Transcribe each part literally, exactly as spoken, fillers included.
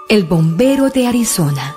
El bombero de Arizona.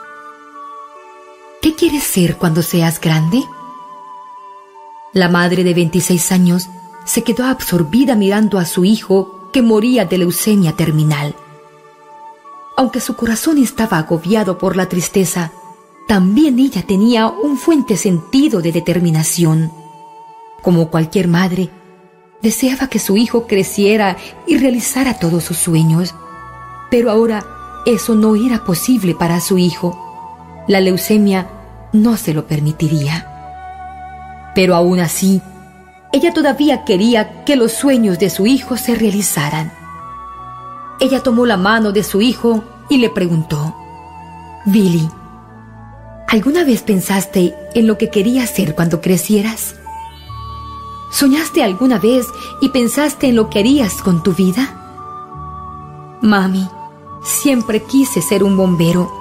¿Qué quieres ser cuando seas grande? La madre de veintiséis años se quedó absorbida mirando a su hijo que moría de leucemia terminal. Aunque su corazón estaba agobiado por la tristeza, también ella tenía un fuerte sentido de determinación. Como cualquier madre, deseaba que su hijo creciera y realizara todos sus sueños. Pero ahora eso no era posible para su hijo. La leucemia no se lo permitiría. Pero aún así, ella todavía quería que los sueños de su hijo se realizaran. Ella tomó la mano de su hijo y le preguntó: Billy, ¿alguna vez pensaste en lo que querías ser cuando crecieras? ¿Soñaste alguna vez y pensaste en lo que harías con tu vida? Mami, siempre quise ser un bombero.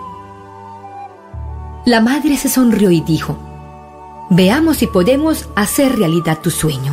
La madre se sonrió y dijo: veamos si podemos hacer realidad tu sueño.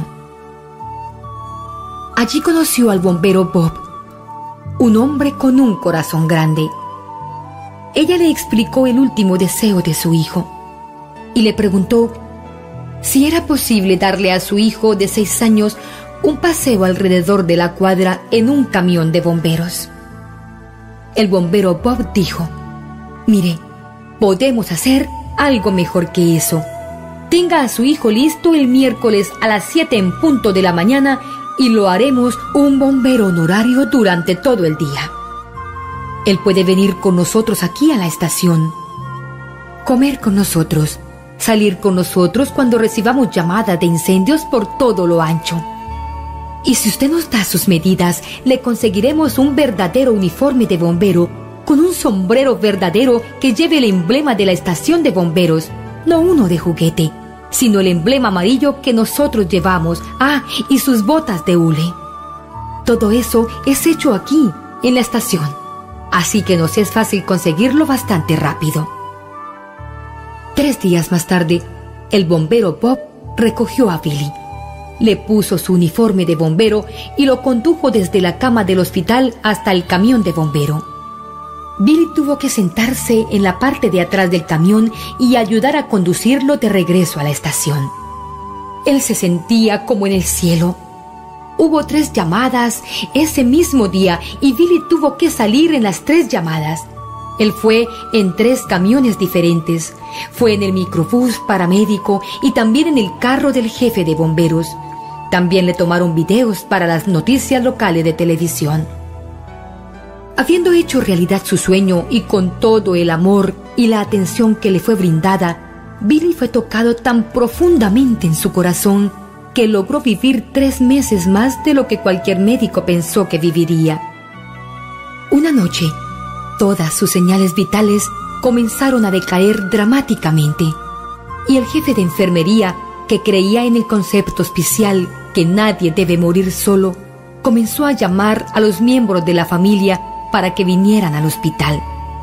Allí conoció al bombero Bob, un hombre con un corazón grande. Ella le explicó el último deseo de su hijo y le preguntó si era posible darle a su hijo de seis años un paseo alrededor de la cuadra en un camión de bomberos. El bombero Bob dijo: mire, podemos hacer algo mejor que eso. Tenga a su hijo listo el miércoles a las siete en punto de la mañana y lo haremos un bombero honorario durante todo el día. Él puede venir con nosotros aquí a la estación, comer con nosotros, salir con nosotros cuando recibamos llamadas de incendios por todo lo ancho. Y si usted nos da sus medidas, le conseguiremos un verdadero uniforme de bombero con un sombrero verdadero que lleve el emblema de la estación de bomberos, no uno de juguete, sino el emblema amarillo que nosotros llevamos, ah, y sus botas de hule. Todo eso es hecho aquí, en la estación, así que nos es fácil conseguirlo bastante rápido. Tres días más tarde, el bombero Bob recogió a Billy. Le puso su uniforme de bombero y lo condujo desde la cama del hospital hasta el camión de bombero. Billy tuvo que sentarse en la parte de atrás del camión y ayudar a conducirlo de regreso a la estación. Él se sentía como en el cielo. Hubo tres llamadas ese mismo día y Billy tuvo que salir en las tres llamadas. Él fue en tres camiones diferentes. Fue en el microbús paramédico y también en el carro del jefe de bomberos. También le tomaron videos para las noticias locales de televisión. Habiendo hecho realidad su sueño y con todo el amor y la atención que le fue brindada, Billy fue tocado tan profundamente en su corazón que logró vivir tres meses más de lo que cualquier médico pensó que viviría. Una noche, todas sus señales vitales comenzaron a decaer dramáticamente, y el jefe de enfermería, que creía en el concepto especial que nadie debe morir solo, comenzó a llamar a los miembros de la familia para que vinieran al hospital.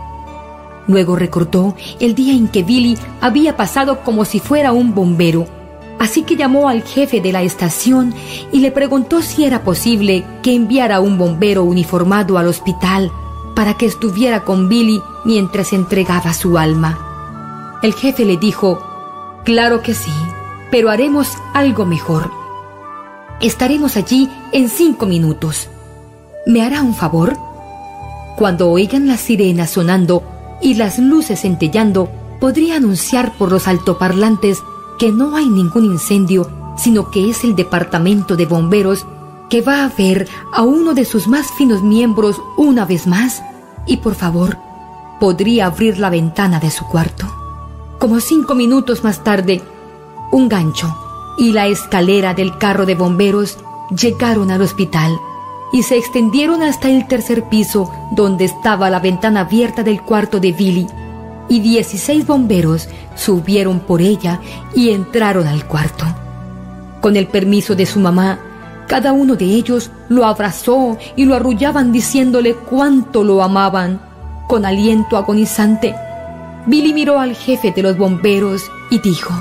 Luego recordó el día en que Billy había pasado como si fuera un bombero, así que llamó al jefe de la estación y le preguntó si era posible que enviara un bombero uniformado al hospital para que estuviera con Billy mientras entregaba su alma. El jefe le dijo: claro que sí, pero haremos algo mejor. Estaremos allí en cinco minutos. ¿Me hará un favor? Cuando oigan las sirenas sonando y las luces centellando, podría anunciar por los altoparlantes que no hay ningún incendio, sino que es el departamento de bomberos que va a ver a uno de sus más finos miembros una vez más. Y por favor, ¿podría abrir la ventana de su cuarto? Como cinco minutos más tarde, un gancho y la escalera del carro de bomberos llegaron al hospital y se extendieron hasta el tercer piso, donde estaba la ventana abierta del cuarto de Billy, y dieciséis bomberos subieron por ella y entraron al cuarto. Con el permiso de su mamá, cada uno de ellos lo abrazó y lo arrullaban diciéndole cuánto lo amaban. Con aliento agonizante, Billy miró al jefe de los bomberos y dijo: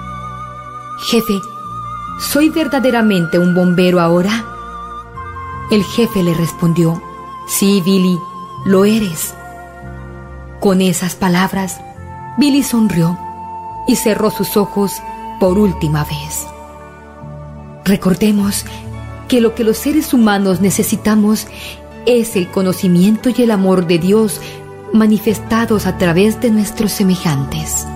jefe, ¿soy verdaderamente un bombero ahora? El jefe le respondió: sí, Billy, lo eres. Con esas palabras, Billy sonrió y cerró sus ojos por última vez. Recordemos que lo que los seres humanos necesitamos es el conocimiento y el amor de Dios manifestados a través de nuestros semejantes.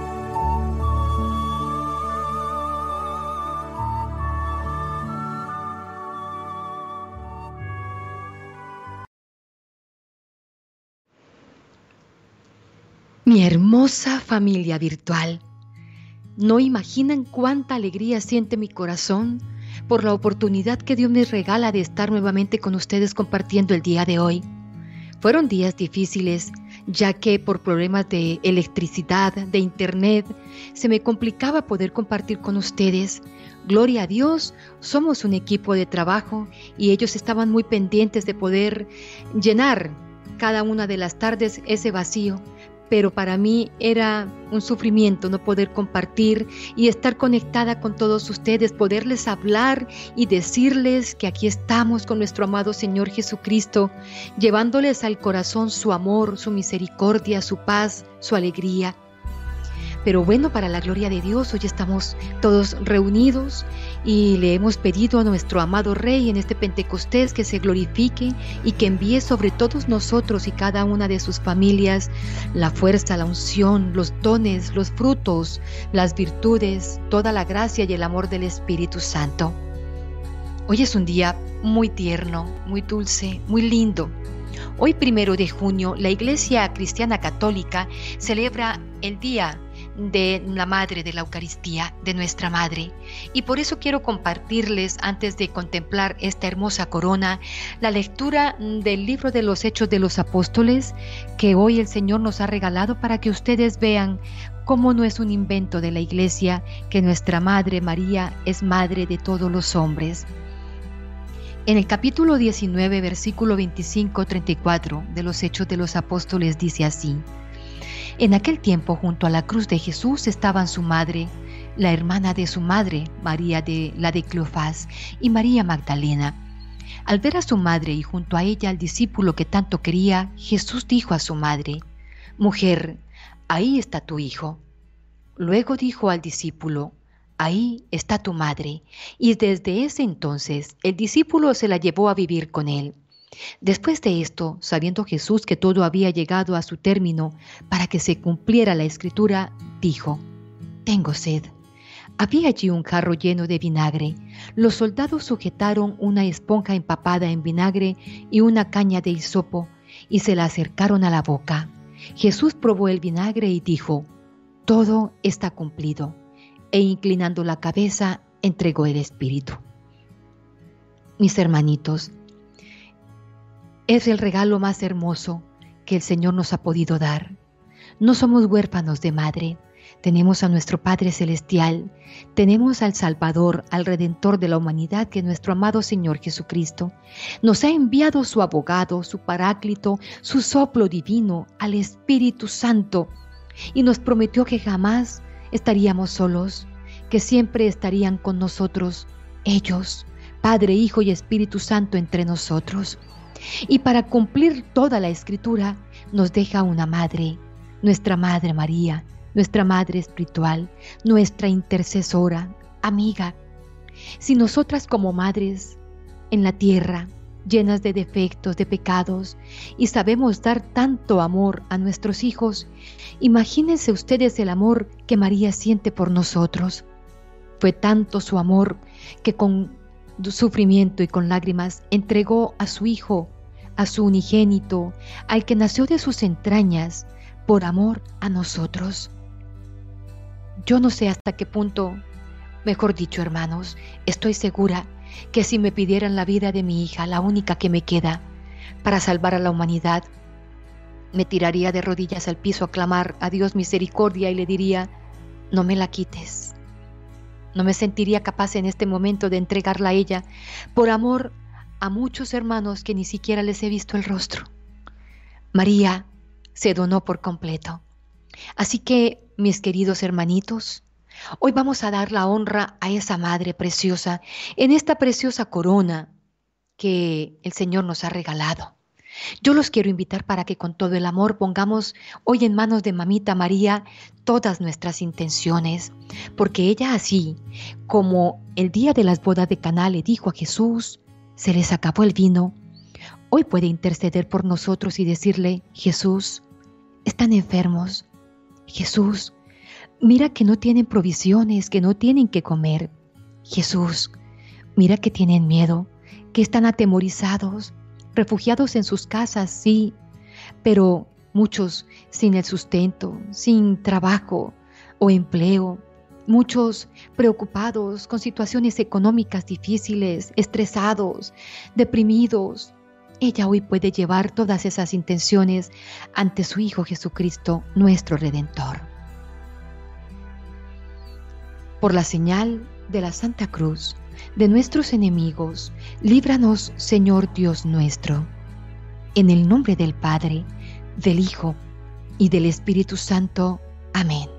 Mi hermosa familia virtual, no imaginan cuánta alegría siente mi corazón por la oportunidad que Dios me regala de estar nuevamente con ustedes compartiendo el día de hoy. Fueron días difíciles, ya que por problemas de electricidad, de internet, se me complicaba poder compartir con ustedes. Gloria a Dios, somos un equipo de trabajo y ellos estaban muy pendientes de poder llenar cada una de las tardes ese vacío. Pero para mí era un sufrimiento no poder compartir y estar conectada con todos ustedes, poderles hablar y decirles que aquí estamos con nuestro amado Señor Jesucristo, llevándoles al corazón su amor, su misericordia, su paz, su alegría. Pero bueno, para la gloria de Dios, hoy estamos todos reunidos y le hemos pedido a nuestro amado Rey en este Pentecostés que se glorifique y que envíe sobre todos nosotros y cada una de sus familias la fuerza, la unción, los dones, los frutos, las virtudes, toda la gracia y el amor del Espíritu Santo. Hoy es un día muy tierno, muy dulce, muy lindo. Hoy, primero de junio, la Iglesia Cristiana Católica celebra el Día de la Madre de la Eucaristía, de nuestra Madre. Y por eso quiero compartirles, antes de contemplar esta hermosa corona, la lectura del libro de los Hechos de los Apóstoles, que hoy el Señor nos ha regalado para que ustedes vean cómo no es un invento de la Iglesia, que nuestra Madre María es Madre de todos los hombres. En el capítulo diecinueve, versículo veinticinco a treinta y cuatro de los Hechos de los Apóstoles dice así: En aquel tiempo, junto a la cruz de Jesús estaban su madre, la hermana de su madre, María de la de Cleofás, y María Magdalena. Al ver a su madre y junto a ella al discípulo que tanto quería, Jesús dijo a su madre: Mujer, ahí está tu hijo. Luego dijo al discípulo: Ahí está tu madre. Y desde ese entonces el discípulo se la llevó a vivir con él. Después de esto, sabiendo Jesús que todo había llegado a su término para que se cumpliera la Escritura, dijo: Tengo sed. Había allí un jarro lleno de vinagre. Los soldados sujetaron una esponja empapada en vinagre y una caña de hisopo y se la acercaron a la boca. Jesús probó el vinagre y dijo: Todo está cumplido. E inclinando la cabeza, entregó el espíritu. Mis hermanitos, es el regalo más hermoso que el Señor nos ha podido dar. No somos huérfanos de madre. Tenemos a nuestro Padre Celestial, tenemos al Salvador, al Redentor de la humanidad, que es nuestro amado Señor Jesucristo. Nos ha enviado su abogado, su paráclito, su soplo divino, al Espíritu Santo, y nos prometió que jamás estaríamos solos, que siempre estarían con nosotros, ellos, Padre, Hijo y Espíritu Santo entre nosotros. Y para cumplir toda la Escritura, nos deja una madre, nuestra Madre María, nuestra Madre espiritual, nuestra intercesora, amiga. Si nosotras como madres en la tierra, llenas de defectos, de pecados, y sabemos dar tanto amor a nuestros hijos, imagínense ustedes el amor que María siente por nosotros. Fue tanto su amor que con sufrimiento y con lágrimas entregó a su Hijo, a su unigénito, al que nació de sus entrañas, por amor a nosotros. Yo no sé hasta qué punto, mejor dicho, hermanos, estoy segura que si me pidieran la vida de mi hija, la única que me queda, para salvar a la humanidad, me tiraría de rodillas al piso a clamar a Dios misericordia y le diría: no me la quites. No me sentiría capaz en este momento de entregarla a ella por amor a muchos hermanos que ni siquiera les he visto el rostro. María se donó por completo. Así que, mis queridos hermanitos, hoy vamos a dar la honra a esa Madre preciosa en esta preciosa corona que el Señor nos ha regalado. Yo los quiero invitar para que con todo el amor pongamos hoy en manos de Mamita María todas nuestras intenciones, porque ella así como el día de las bodas de Caná le dijo a Jesús, se les acabó el vino, hoy puede interceder por nosotros y decirle, Jesús, están enfermos. Jesús, mira que no tienen provisiones, que no tienen que comer. Jesús, mira que tienen miedo, que están atemorizados, refugiados en sus casas, sí, pero muchos sin el sustento, sin trabajo o empleo, muchos preocupados con situaciones económicas difíciles, estresados, deprimidos. Ella hoy puede llevar todas esas intenciones ante su Hijo Jesucristo, nuestro Redentor. Por la señal de la Santa Cruz, de nuestros enemigos, líbranos, Señor Dios nuestro. En el nombre del Padre, del Hijo y del Espíritu Santo. Amén.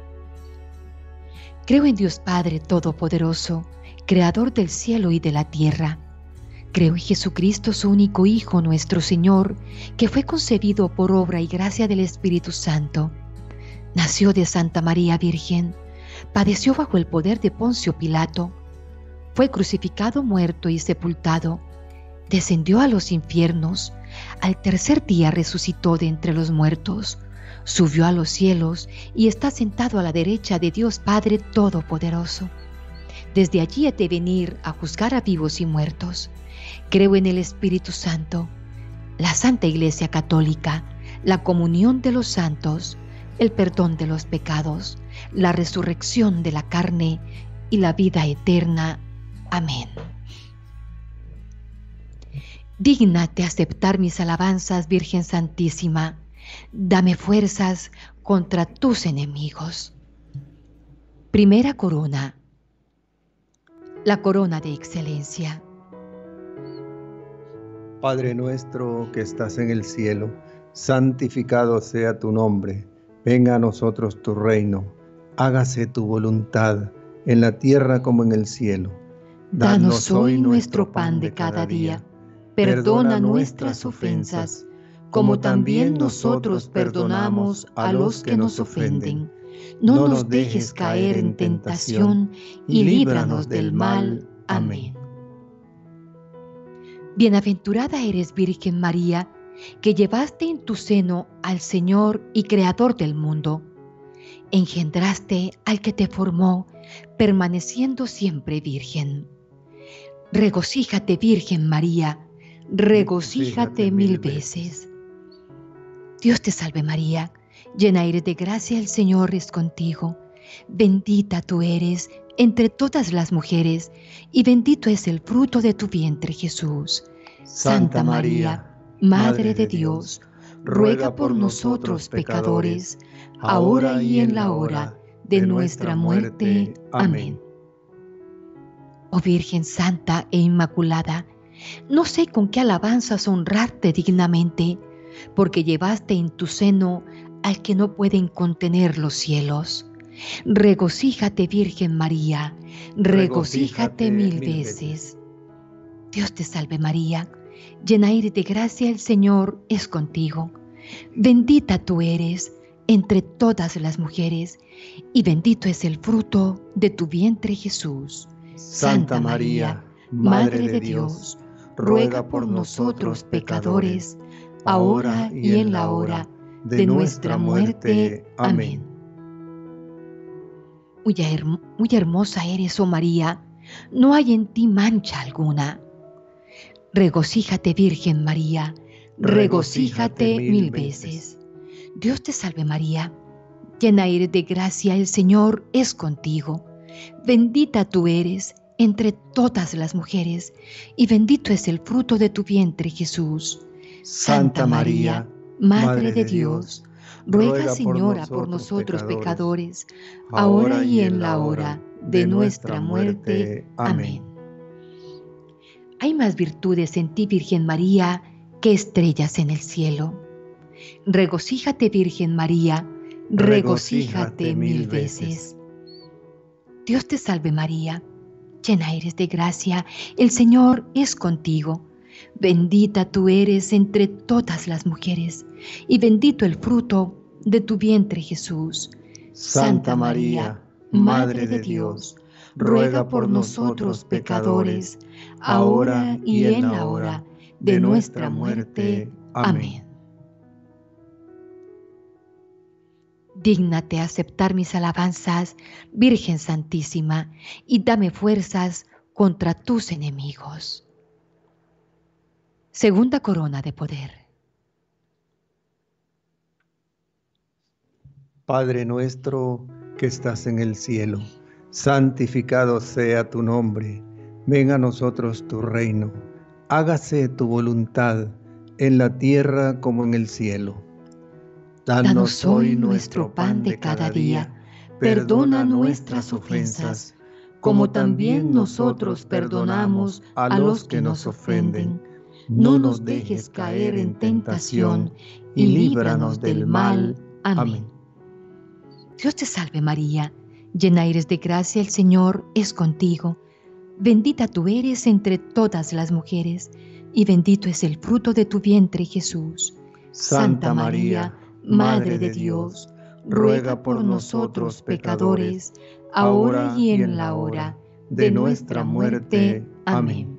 Creo en Dios Padre Todopoderoso, Creador del cielo y de la tierra. Creo en Jesucristo, su único Hijo, nuestro Señor, que fue concebido por obra y gracia del Espíritu Santo. Nació de Santa María Virgen, padeció bajo el poder de Poncio Pilato, fue crucificado, muerto y sepultado, descendió a los infiernos, al tercer día resucitó de entre los muertos, subió a los cielos y está sentado a la derecha de Dios Padre Todopoderoso. Desde allí ha de venir a juzgar a vivos y muertos. Creo en el Espíritu Santo, la Santa Iglesia Católica, la comunión de los santos, el perdón de los pecados, la resurrección de la carne y la vida eterna. Amén. Dígnate aceptar mis alabanzas, Virgen Santísima. Dame fuerzas contra tus enemigos. Primera corona. La corona de excelencia. Padre nuestro que estás en el cielo, santificado sea tu nombre. Venga a nosotros tu reino. Hágase tu voluntad, en la tierra como en el cielo. Danos hoy nuestro pan de cada día. Perdona nuestras ofensas, como también nosotros perdonamos a los que nos ofenden. No nos dejes caer en tentación y líbranos del mal. Amén. Bienaventurada eres, Virgen María, que llevaste en tu seno al Señor y Creador del mundo. Engendraste al que te formó, permaneciendo siempre virgen. Regocíjate, Virgen María, regocíjate mil veces. Dios te salve María, llena eres de gracia, el Señor es contigo. Bendita tú eres entre todas las mujeres, y bendito es el fruto de tu vientre, Jesús. Santa María, Madre de Dios, ruega por nosotros pecadores, ahora y en la hora de nuestra muerte. Amén. Oh Virgen Santa e Inmaculada, no sé con qué alabanzas honrarte dignamente, porque llevaste en tu seno al que no pueden contener los cielos. Regocíjate, Virgen María, regocíjate mil veces. Dios te salve María, llena eres de gracia, el Señor es contigo. Bendita tú eres entre todas las mujeres, y bendito es el fruto de tu vientre, Jesús. Santa María, Madre de Dios, ruega por nosotros pecadores, ahora y en la hora de nuestra muerte. Amén. Muy, herm- muy hermosa eres, oh María, no hay en ti mancha alguna. Regocíjate, Virgen María, regocíjate mil veces. Dios te salve María, llena eres de gracia, el Señor es contigo. Bendita tú eres entre todas las mujeres, y bendito es el fruto de tu vientre, Jesús. Santa María, Madre de Dios, ruega, Señora, por nosotros pecadores, ahora y en la hora de nuestra muerte. Amén. Hay más virtudes en ti, Virgen María, que estrellas en el cielo. Regocíjate, Virgen María, regocíjate mil veces. Dios te salve María, llena eres de gracia, el Señor es contigo. Bendita tú eres entre todas las mujeres, y bendito el fruto de tu vientre, Jesús. Santa María, Madre de Dios, ruega por nosotros pecadores, ahora y en la hora de nuestra muerte. Amén. Dígnate aceptar mis alabanzas, Virgen Santísima, y dame fuerzas contra tus enemigos. Segunda corona de poder. Padre nuestro que estás en el cielo, santificado sea tu nombre. Venga a nosotros tu reino. Hágase tu voluntad en la tierra como en el cielo. Danos hoy nuestro pan de cada día. Perdona nuestras ofensas, como también nosotros perdonamos a los que nos ofenden. No nos dejes caer en tentación y líbranos del mal. Amén. Dios te salve María, llena eres de gracia, el Señor es contigo. Bendita tú eres entre todas las mujeres, y bendito es el fruto de tu vientre, Jesús. Santa María, Madre de Dios, ruega por nosotros pecadores, ahora y en la hora de nuestra muerte. Amén.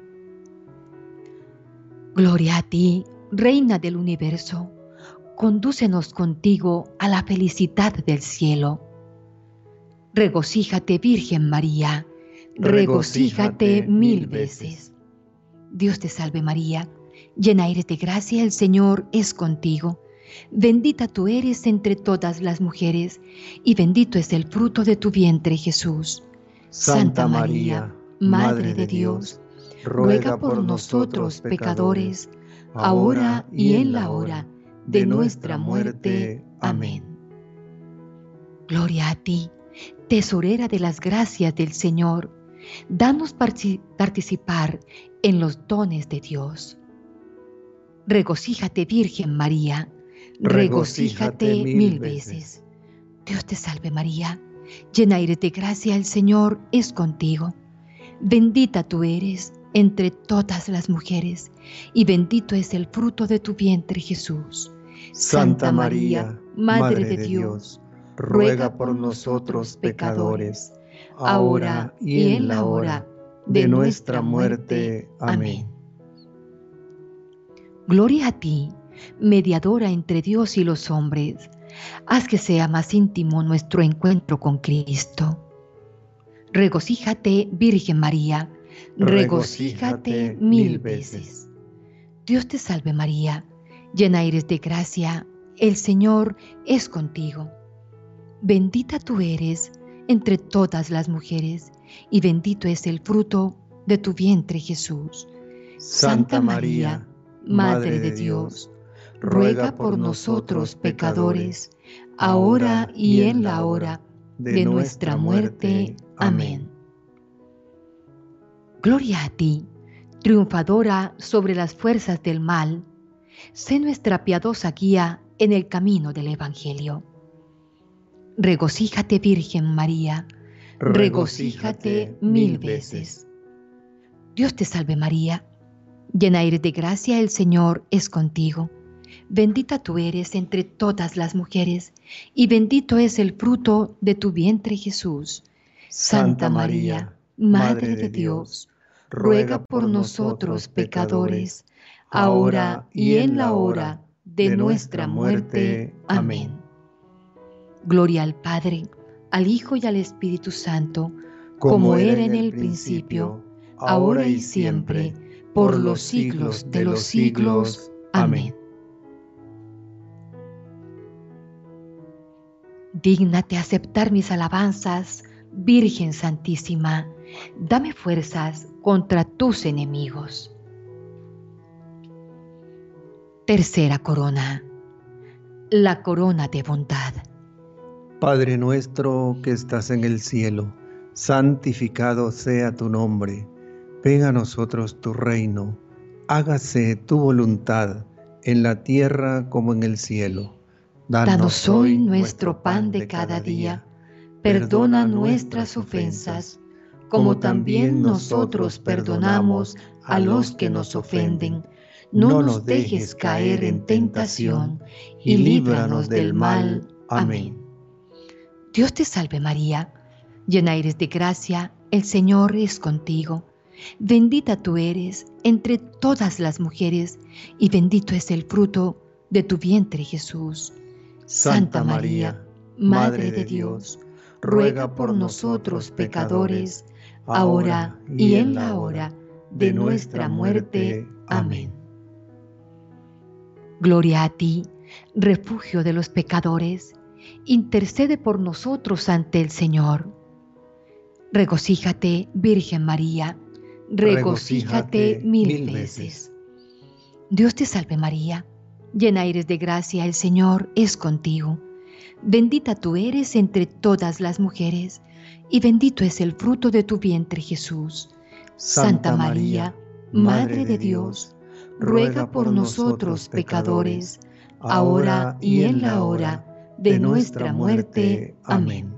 Gloria a ti, Reina del universo. Condúcenos contigo a la felicidad del cielo. Regocíjate, Virgen María, regocíjate mil veces. Dios te salve María, llena eres de gracia, el Señor es contigo. Bendita tú eres entre todas las mujeres, y bendito es el fruto de tu vientre, Jesús. Santa María, Madre de Dios, ruega por nosotros pecadores, ahora y en la hora de nuestra muerte. Amén. Gloria a ti, tesorera de las gracias del Señor. Danos participar en los dones de Dios. Regocíjate, Virgen María, regocíjate mil veces. Dios te salve María, llena eres de gracia, el Señor es contigo. Bendita tú eres entre todas las mujeres, y bendito es el fruto de tu vientre, Jesús. Santa María, Madre de Dios, ruega por nosotros pecadores, ahora y en la hora de nuestra muerte. Amén. Gloria a ti, mediadora entre Dios y los hombres. Haz que sea más íntimo nuestro encuentro con Cristo. Regocíjate, Virgen María, regocíjate mil veces. Dios te salve María, llena eres de gracia, el Señor es contigo. Bendita tú eres entre todas las mujeres, y bendito es el fruto de tu vientre, Jesús. Santa María, Madre de Dios, ruega por nosotros pecadores, ahora y en la hora de nuestra muerte. Amén. Gloria a ti, triunfadora sobre las fuerzas del mal. Sé nuestra piadosa guía en el camino del Evangelio. Regocíjate, Virgen María, regocíjate mil veces. Dios te salve María, llena eres de gracia, el Señor es contigo. Bendita tú eres entre todas las mujeres, y bendito es el fruto de tu vientre, Jesús. Santa María, Madre de Dios, ruega por nosotros pecadores, ahora y en la hora de nuestra muerte. Amén. Gloria al Padre, al Hijo y al Espíritu Santo, como era en el principio, ahora y siempre, por los siglos de los siglos. Amén. Dígnate aceptar mis alabanzas, Virgen Santísima. Dame fuerzas contra tus enemigos. Tercera corona. La corona de bondad. Padre nuestro que estás en el cielo, santificado sea tu nombre. Venga a nosotros tu reino. Hágase tu voluntad en la tierra como en el cielo. Danos, Danos hoy nuestro pan de cada día. Perdona nuestras ofensas, como también nosotros perdonamos a los que nos ofenden. No nos dejes caer en tentación, y líbranos del mal. Amén. Dios te salve María, llena eres de gracia, el Señor es contigo. Bendita tú eres entre todas las mujeres, y bendito es el fruto de tu vientre Jesús. Santa María, Madre de Dios, ruega por nosotros pecadores, ahora y en la hora de nuestra muerte. Amén. Gloria a ti, refugio de los pecadores, intercede por nosotros ante el Señor. Regocíjate, Virgen María, regocíjate mil veces. Dios te salve María, llena eres de gracia, el Señor es contigo. Bendita tú eres entre todas las mujeres, y bendito es el fruto de tu vientre Jesús. Santa María, Madre de Dios, ruega por nosotros pecadores, ahora y en la hora de nuestra muerte. Amén.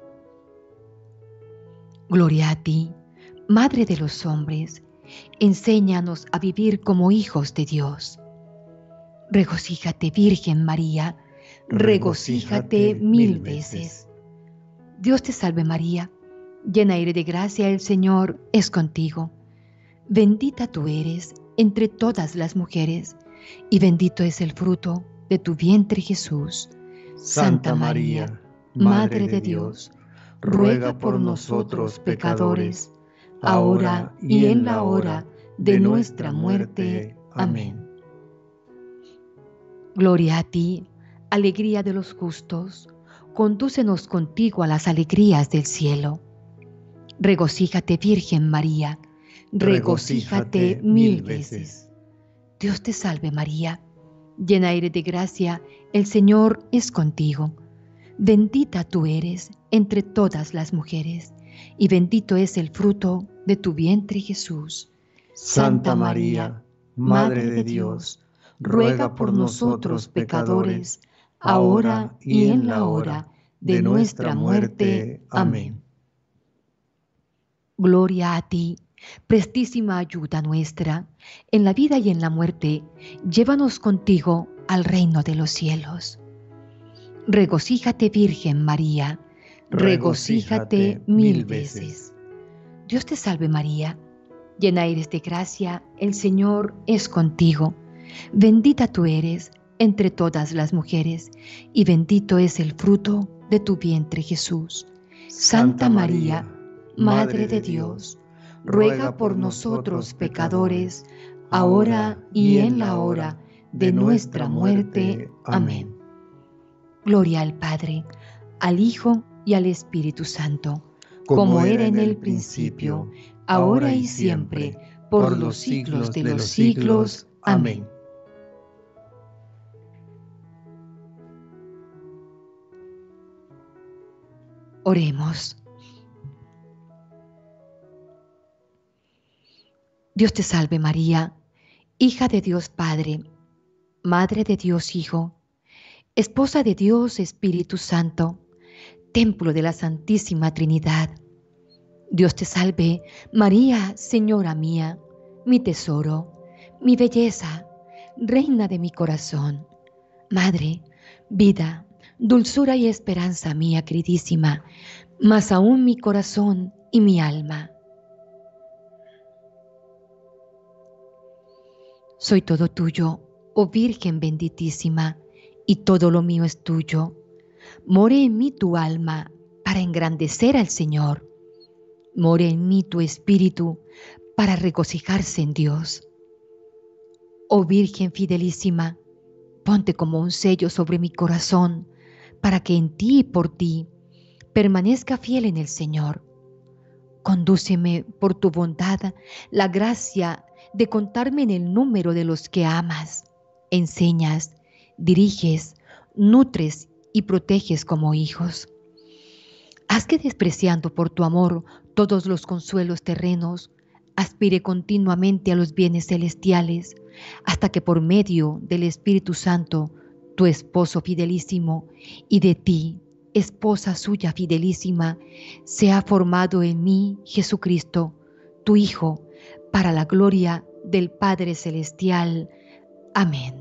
Gloria a ti, Madre de los hombres, enséñanos a vivir como hijos de Dios. Regocíjate, Virgen María, regocíjate mil veces. Dios te salve María, llena eres de gracia, el Señor es contigo. Bendita tú eres entre todas las mujeres, y bendito es el fruto de tu vientre Jesús. Santa María, Madre de Dios, ruega por nosotros pecadores, ahora y en la hora de nuestra muerte. Amén. Gloria a ti, alegría de los justos, condúcenos contigo a las alegrías del cielo. Regocíjate, Virgen María, regocíjate mil veces. Dios te salve María, llena eres de gracia, el Señor es contigo. Bendita tú eres entre todas las mujeres, y bendito es el fruto de tu vientre Jesús. Santa María, Madre de Dios, ruega por nosotros pecadores, ahora y en la hora de nuestra muerte. Amén. Gloria a ti, prestísima ayuda nuestra, en la vida y en la muerte, llévanos contigo al reino de los cielos. Regocíjate, Virgen María, regocíjate mil veces. Dios te salve María, llena eres de gracia, el Señor es contigo. Bendita tú eres entre todas las mujeres, y bendito es el fruto de tu vientre Jesús. Santa María, Madre de Dios, ruega por nosotros pecadores, ahora y en la hora de nuestra muerte. Amén. Gloria al Padre, al Hijo y al Espíritu Santo, como era en el principio, ahora y siempre, por los siglos de los siglos. Amén. Oremos. Dios te salve María, hija de Dios Padre, Madre de Dios Hijo, Esposa de Dios Espíritu Santo, Templo de la Santísima Trinidad. Dios te salve María, Señora mía, mi tesoro, mi belleza, Reina de mi corazón, Madre, vida, dulzura y esperanza mía queridísima, más aún mi corazón y mi alma. Soy todo tuyo, oh Virgen benditísima, y todo lo mío es tuyo. More en mí tu alma para engrandecer al Señor. More en mí tu espíritu para regocijarse en Dios. Oh Virgen fidelísima, ponte como un sello sobre mi corazón, para que en ti y por ti permanezca fiel en el Señor. Condúceme por tu bondad la gracia de contarme en el número de los que amas, enseñas, diriges, nutres y proteges como hijos. Haz que despreciando por tu amor todos los consuelos terrenos, aspire continuamente a los bienes celestiales, hasta que por medio del Espíritu Santo, tu esposo fidelísimo, y de ti, esposa suya fidelísima, sea formado en mí Jesucristo, tu Hijo, para la gloria del Padre Celestial. Amén.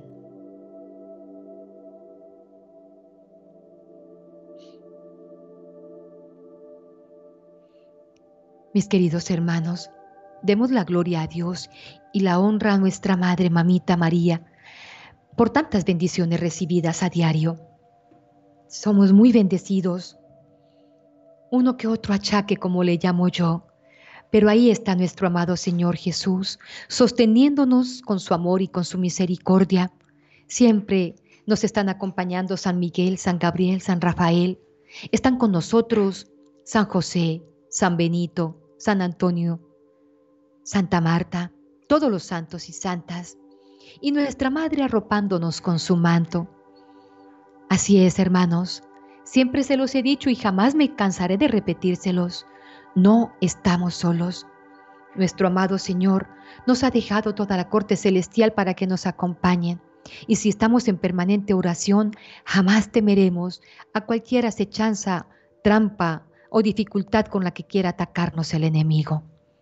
Mis queridos hermanos, demos la gloria a Dios y la honra a nuestra Madre Mamita María por tantas bendiciones recibidas a diario. Somos muy bendecidos, uno que otro achaque, como le llamo yo, pero ahí está nuestro amado Señor Jesús, sosteniéndonos con su amor y con su misericordia. Siempre nos están acompañando San Miguel, San Gabriel, San Rafael. Están con nosotros San José, San Benito, San Antonio, Santa Marta, todos los santos y santas, y nuestra Madre arropándonos con su manto. Así es, hermanos, siempre se los he dicho y jamás me cansaré de repetírselos. No estamos solos. Nuestro amado Señor nos ha dejado toda la corte celestial para que nos acompañen. Y si estamos en permanente oración, jamás temeremos a cualquier acechanza, trampa o dificultad con la que quiera atacarnos el enemigo.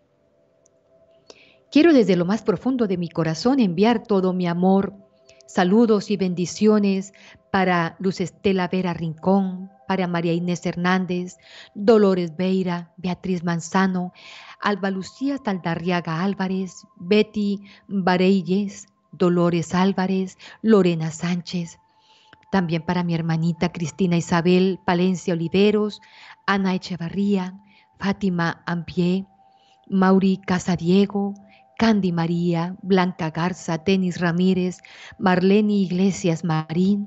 Quiero desde lo más profundo de mi corazón enviar todo mi amor, saludos y bendiciones para Luz Estela Vera Rincón, para María Inés Hernández, Dolores Beira, Beatriz Manzano, Alba Lucía Taldarriaga Álvarez, Betty Vareyes, Dolores Álvarez, Lorena Sánchez. También para mi hermanita Cristina Isabel Palencia Oliveros, Ana Echevarría, Fátima Ampié, Mauri Casadiego, Candy María, Blanca Garza, Denis Ramírez, Marlene Iglesias Marín.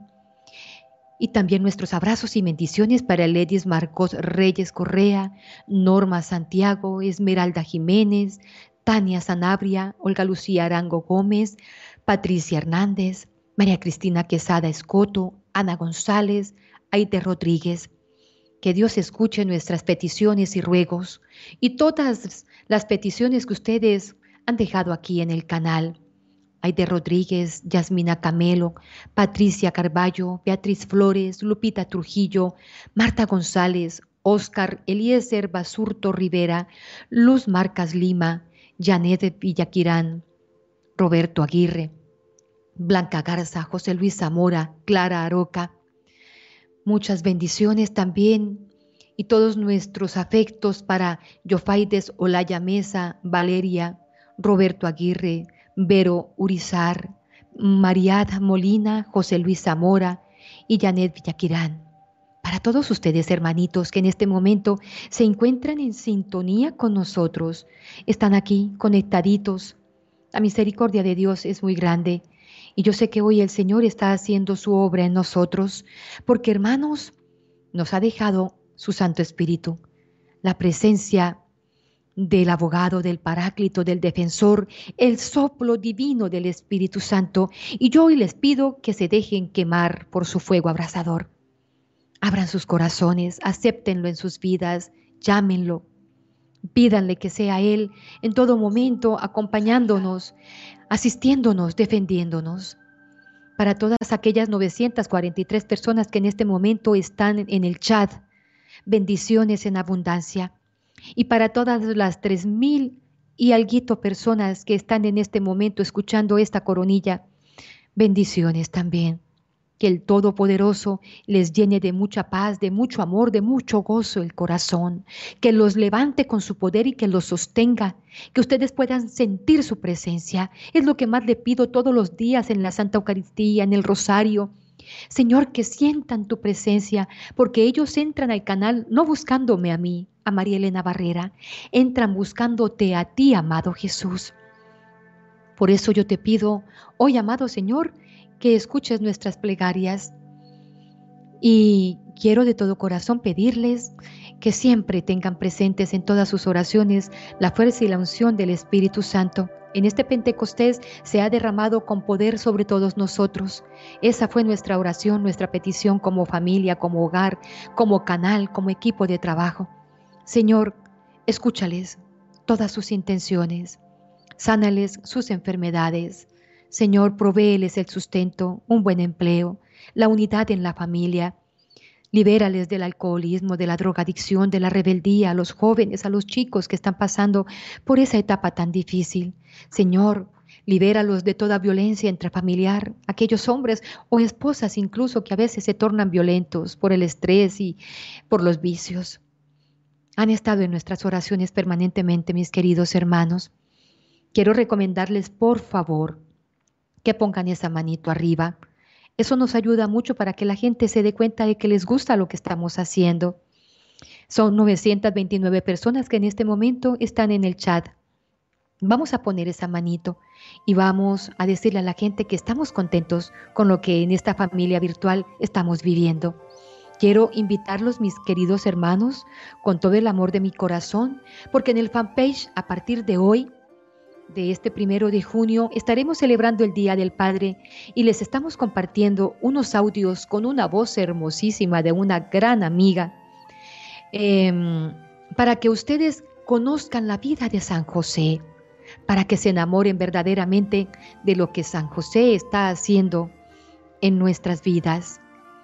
Y también nuestros abrazos y bendiciones para Ledis Marcos Reyes Correa, Norma Santiago, Esmeralda Jiménez, Tania Sanabria, Olga Lucía Arango Gómez, Patricia Hernández, María Cristina Quesada Escoto, Ana González, Aide Rodríguez. Que Dios escuche nuestras peticiones y ruegos y todas las peticiones que ustedes han dejado aquí en el canal. Aide Rodríguez, Yasmina Camelo, Patricia Carballo, Beatriz Flores, Lupita Trujillo, Marta González, Óscar Eliezer Basurto Rivera, Luz Marcas Lima, Janet Villaquirán, Roberto Aguirre, Blanca Garza, José Luis Zamora, Clara Aroca. Muchas bendiciones también y todos nuestros afectos para Yofaides Olaya Mesa, Valeria, Roberto Aguirre, Vero Urizar, Mariad Molina, José Luis Zamora y Janet Villaquirán. Para todos ustedes, hermanitos, que en este momento se encuentran en sintonía con nosotros, están aquí conectaditos. La misericordia de Dios es muy grande. Y yo sé que hoy el Señor está haciendo su obra en nosotros, porque, hermanos, nos ha dejado su Santo Espíritu, la presencia del abogado, del paráclito, del defensor, el soplo divino del Espíritu Santo. Y yo hoy les pido que se dejen quemar por su fuego abrasador. Abran sus corazones, acéptenlo en sus vidas, llámenlo, pídanle que sea Él en todo momento acompañándonos, asistiéndonos, defendiéndonos. Para todas aquellas novecientas cuarenta y tres personas que en este momento están en el chat, bendiciones en abundancia. Y para todas las tres mil y alguito personas que están en este momento escuchando esta coronilla, bendiciones también. Que el Todopoderoso les llene de mucha paz, de mucho amor, de mucho gozo el corazón, que los levante con su poder y que los sostenga, que ustedes puedan sentir su presencia. Es lo que más le pido todos los días en la Santa Eucaristía, en el Rosario. Señor, que sientan tu presencia, porque ellos entran al canal no buscándome a mí, a María Elena Barrera, entran buscándote a ti, amado Jesús. Por eso yo te pido hoy, amado Señor, que escuches nuestras plegarias y quiero de todo corazón pedirles que siempre tengan presentes en todas sus oraciones la fuerza y la unción del Espíritu Santo. En este Pentecostés se ha derramado con poder sobre todos nosotros. Esa fue nuestra oración, nuestra petición como familia, como hogar, como canal, como equipo de trabajo. Señor, escúchales todas sus intenciones, sánales sus enfermedades. Señor, provéeles el sustento, un buen empleo, la unidad en la familia. Libérales del alcoholismo, de la drogadicción, de la rebeldía, a los jóvenes, a los chicos que están pasando por esa etapa tan difícil. Señor, libéralos de toda violencia intrafamiliar, aquellos hombres o esposas incluso que a veces se tornan violentos por el estrés y por los vicios. Han estado en nuestras oraciones permanentemente, mis queridos hermanos. Quiero recomendarles, por favor, que pongan esa manito arriba. Eso nos ayuda mucho para que la gente se dé cuenta de que les gusta lo que estamos haciendo. Son novecientas veintinueve personas que en este momento están en el chat. Vamos a poner esa manito y vamos a decirle a la gente que estamos contentos con lo que en esta familia virtual estamos viviendo. Quiero invitarlos, mis queridos hermanos, con todo el amor de mi corazón, porque en el fanpage, a partir de hoy, de este primero de junio, estaremos celebrando el Día del Padre y les estamos compartiendo unos audios con una voz hermosísima de una gran amiga, eh, para que ustedes conozcan la vida de San José, para que se enamoren verdaderamente de lo que San José está haciendo en nuestras vidas.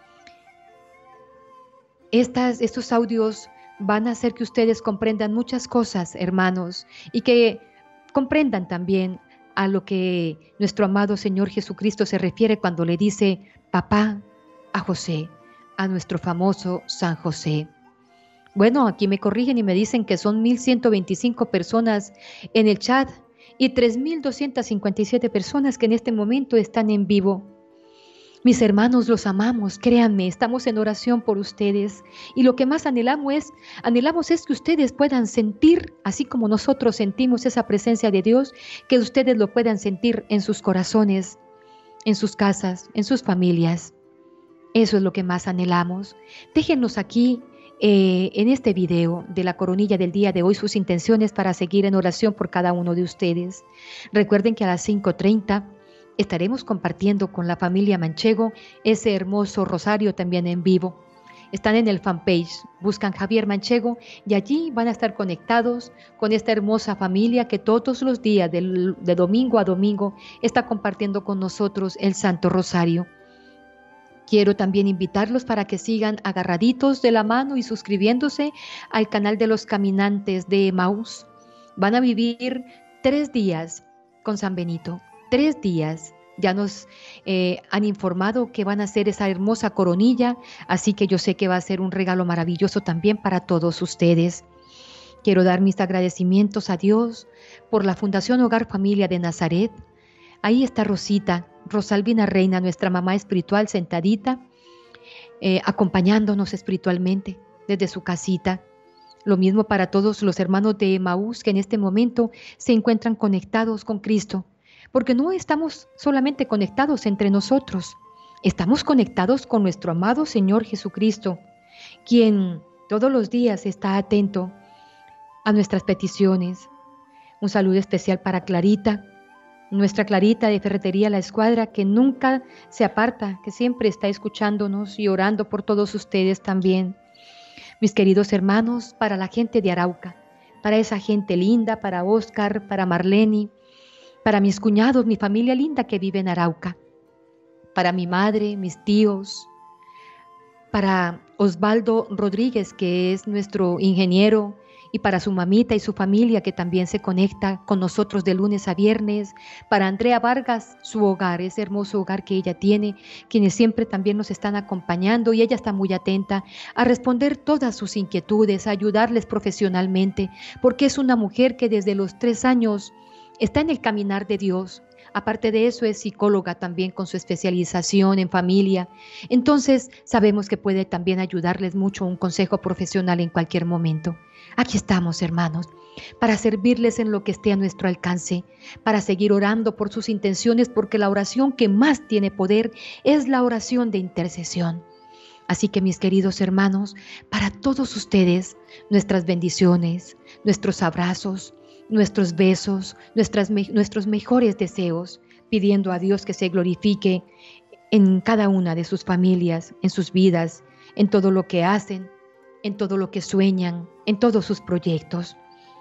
Estas, estos audios van a hacer que ustedes comprendan muchas cosas, hermanos, y que comprendan también a lo que nuestro amado Señor Jesucristo se refiere cuando le dice papá a José, a nuestro famoso San José. Bueno, aquí me corrigen y me dicen que son mil ciento veinticinco personas en el chat y tres mil doscientas cincuenta y siete personas que en este momento están en vivo. Mis hermanos, los amamos, créanme, estamos en oración por ustedes y lo que más anhelamos es, anhelamos es que ustedes puedan sentir, así como nosotros sentimos esa presencia de Dios, que ustedes lo puedan sentir en sus corazones, en sus casas, en sus familias. Eso es lo que más anhelamos. Déjennos aquí eh, en este video de la coronilla del día de hoy sus intenciones para seguir en oración por cada uno de ustedes. Recuerden que a las cinco treinta estaremos compartiendo con la familia Manchego ese hermoso rosario también en vivo. Están en el fanpage, buscan Javier Manchego y allí van a estar conectados con esta hermosa familia que todos los días, de, de domingo a domingo, está compartiendo con nosotros el Santo Rosario. Quiero también invitarlos para que sigan agarraditos de la mano y suscribiéndose al canal de los caminantes de Emaús. Van a vivir tres días con San Benito. Tres días, ya nos eh, han informado que van a hacer esa hermosa coronilla, así que yo sé que va a ser un regalo maravilloso también para todos ustedes. Quiero dar mis agradecimientos a Dios por la Fundación Hogar Familia de Nazaret. Ahí está Rosita, Rosalvina Reina, nuestra mamá espiritual, sentadita, eh, acompañándonos espiritualmente desde su casita. Lo mismo para todos los hermanos de Emaús que en este momento se encuentran conectados con Cristo. Porque no estamos solamente conectados entre nosotros, estamos conectados con nuestro amado Señor Jesucristo, quien todos los días está atento a nuestras peticiones. Un saludo especial para Clarita, nuestra Clarita de Ferretería La Escuadra, que nunca se aparta, que siempre está escuchándonos y orando por todos ustedes también. Mis queridos hermanos, para la gente de Arauca, para esa gente linda, para Oscar, para Marlene, para mis cuñados, mi familia linda que vive en Arauca, para mi madre, mis tíos, para Osvaldo Rodríguez, que es nuestro ingeniero, y para su mamita y su familia que también se conecta con nosotros de lunes a viernes, para Andrea Vargas, su hogar, ese hermoso hogar que ella tiene, quienes siempre también nos están acompañando y ella está muy atenta a responder todas sus inquietudes, a ayudarles profesionalmente, porque es una mujer que desde los tres años está en el caminar de Dios. Aparte de eso, es psicóloga también con su especialización en familia. Entonces, sabemos que puede también ayudarles mucho un consejo profesional en cualquier momento. Aquí estamos, hermanos, para servirles en lo que esté a nuestro alcance, para seguir orando por sus intenciones, porque la oración que más tiene poder es la oración de intercesión. Así que, mis queridos hermanos, para todos ustedes, nuestras bendiciones, nuestros abrazos, nuestros besos, nuestras, nuestros mejores deseos, pidiendo a Dios que se glorifique en cada una de sus familias, en sus vidas, en todo lo que hacen, en todo lo que sueñan, en todos sus proyectos.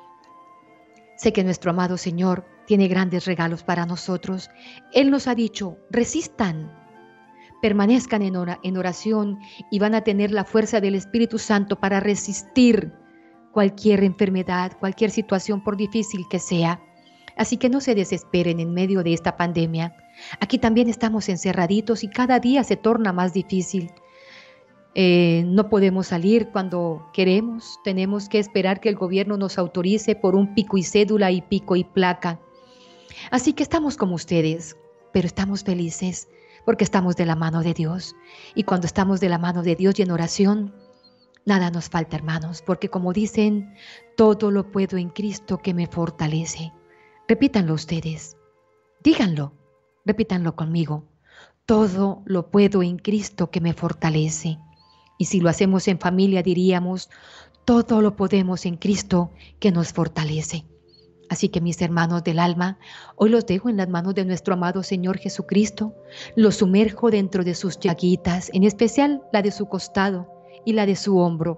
Sé que nuestro amado Señor tiene grandes regalos para nosotros. Él nos ha dicho, resistan, permanezcan en, ora, en oración y van a tener la fuerza del Espíritu Santo para resistir cualquier enfermedad, cualquier situación por difícil que sea. Así que no se desesperen en medio de esta pandemia. Aquí también estamos encerraditos y cada día se torna más difícil. Eh, no podemos salir cuando queremos, tenemos que esperar que el gobierno nos autorice por un pico y cédula y pico y placa. Así que estamos como ustedes, pero estamos felices porque estamos de la mano de Dios. Y cuando estamos de la mano de Dios y en oración, nada nos falta, hermanos, porque como dicen, todo lo puedo en Cristo que me fortalece. Repítanlo ustedes, díganlo, repítanlo conmigo. Todo lo puedo en Cristo que me fortalece. Y si lo hacemos en familia diríamos, todo lo podemos en Cristo que nos fortalece. Así que mis hermanos del alma, hoy los dejo en las manos de nuestro amado Señor Jesucristo. Los sumerjo dentro de sus llaguitas, en especial la de su costado y la de su hombro.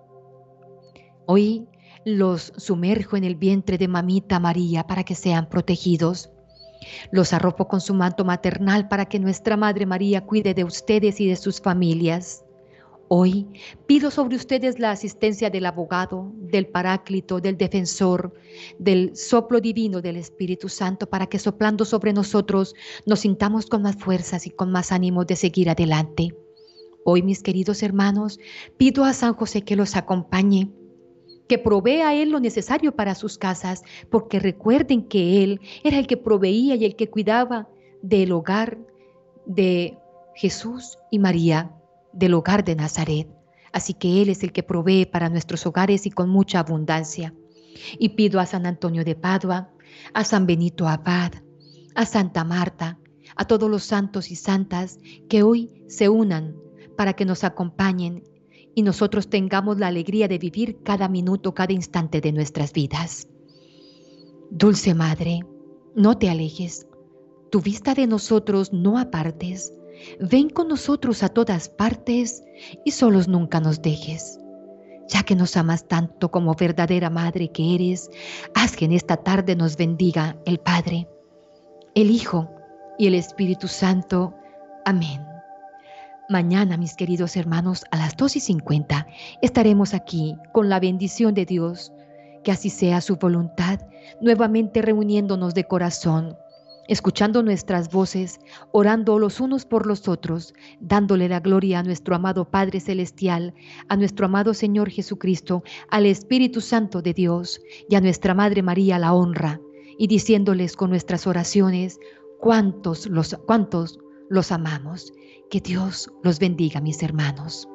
Hoy los sumerjo en el vientre de mamita María para que sean protegidos. Los arropo con su manto maternal para que nuestra Madre María cuide de ustedes y de sus familias. Hoy pido sobre ustedes la asistencia del abogado, del paráclito, del defensor, del soplo divino del Espíritu Santo para que soplando sobre nosotros nos sintamos con más fuerzas y con más ánimo de seguir adelante. Hoy, mis queridos hermanos, pido a San José que los acompañe, que provea a Él lo necesario para sus casas, porque recuerden que Él era el que proveía y el que cuidaba del hogar de Jesús y María, del hogar de Nazaret. Así que Él es el que provee para nuestros hogares y con mucha abundancia. Y pido a San Antonio de Padua, a San Benito Abad, a Santa Marta, a todos los santos y santas que hoy se unan para que nos acompañen y nosotros tengamos la alegría de vivir cada minuto, cada instante de nuestras vidas. Dulce Madre, no te alejes, tu vista de nosotros no apartes. Ven con nosotros a todas partes y solos nunca nos dejes. Ya que nos amas tanto como verdadera Madre que eres, haz que en esta tarde nos bendiga el Padre, el Hijo y el Espíritu Santo. Amén. Mañana, mis queridos hermanos, a las dos y cincuenta estaremos aquí con la bendición de Dios. Que así sea su voluntad, nuevamente reuniéndonos de corazón, escuchando nuestras voces, orando los unos por los otros, dándole la gloria a nuestro amado Padre Celestial, a nuestro amado Señor Jesucristo, al Espíritu Santo de Dios y a nuestra Madre María la honra, y diciéndoles con nuestras oraciones cuántos los, cuántos los amamos. Que Dios los bendiga, mis hermanos.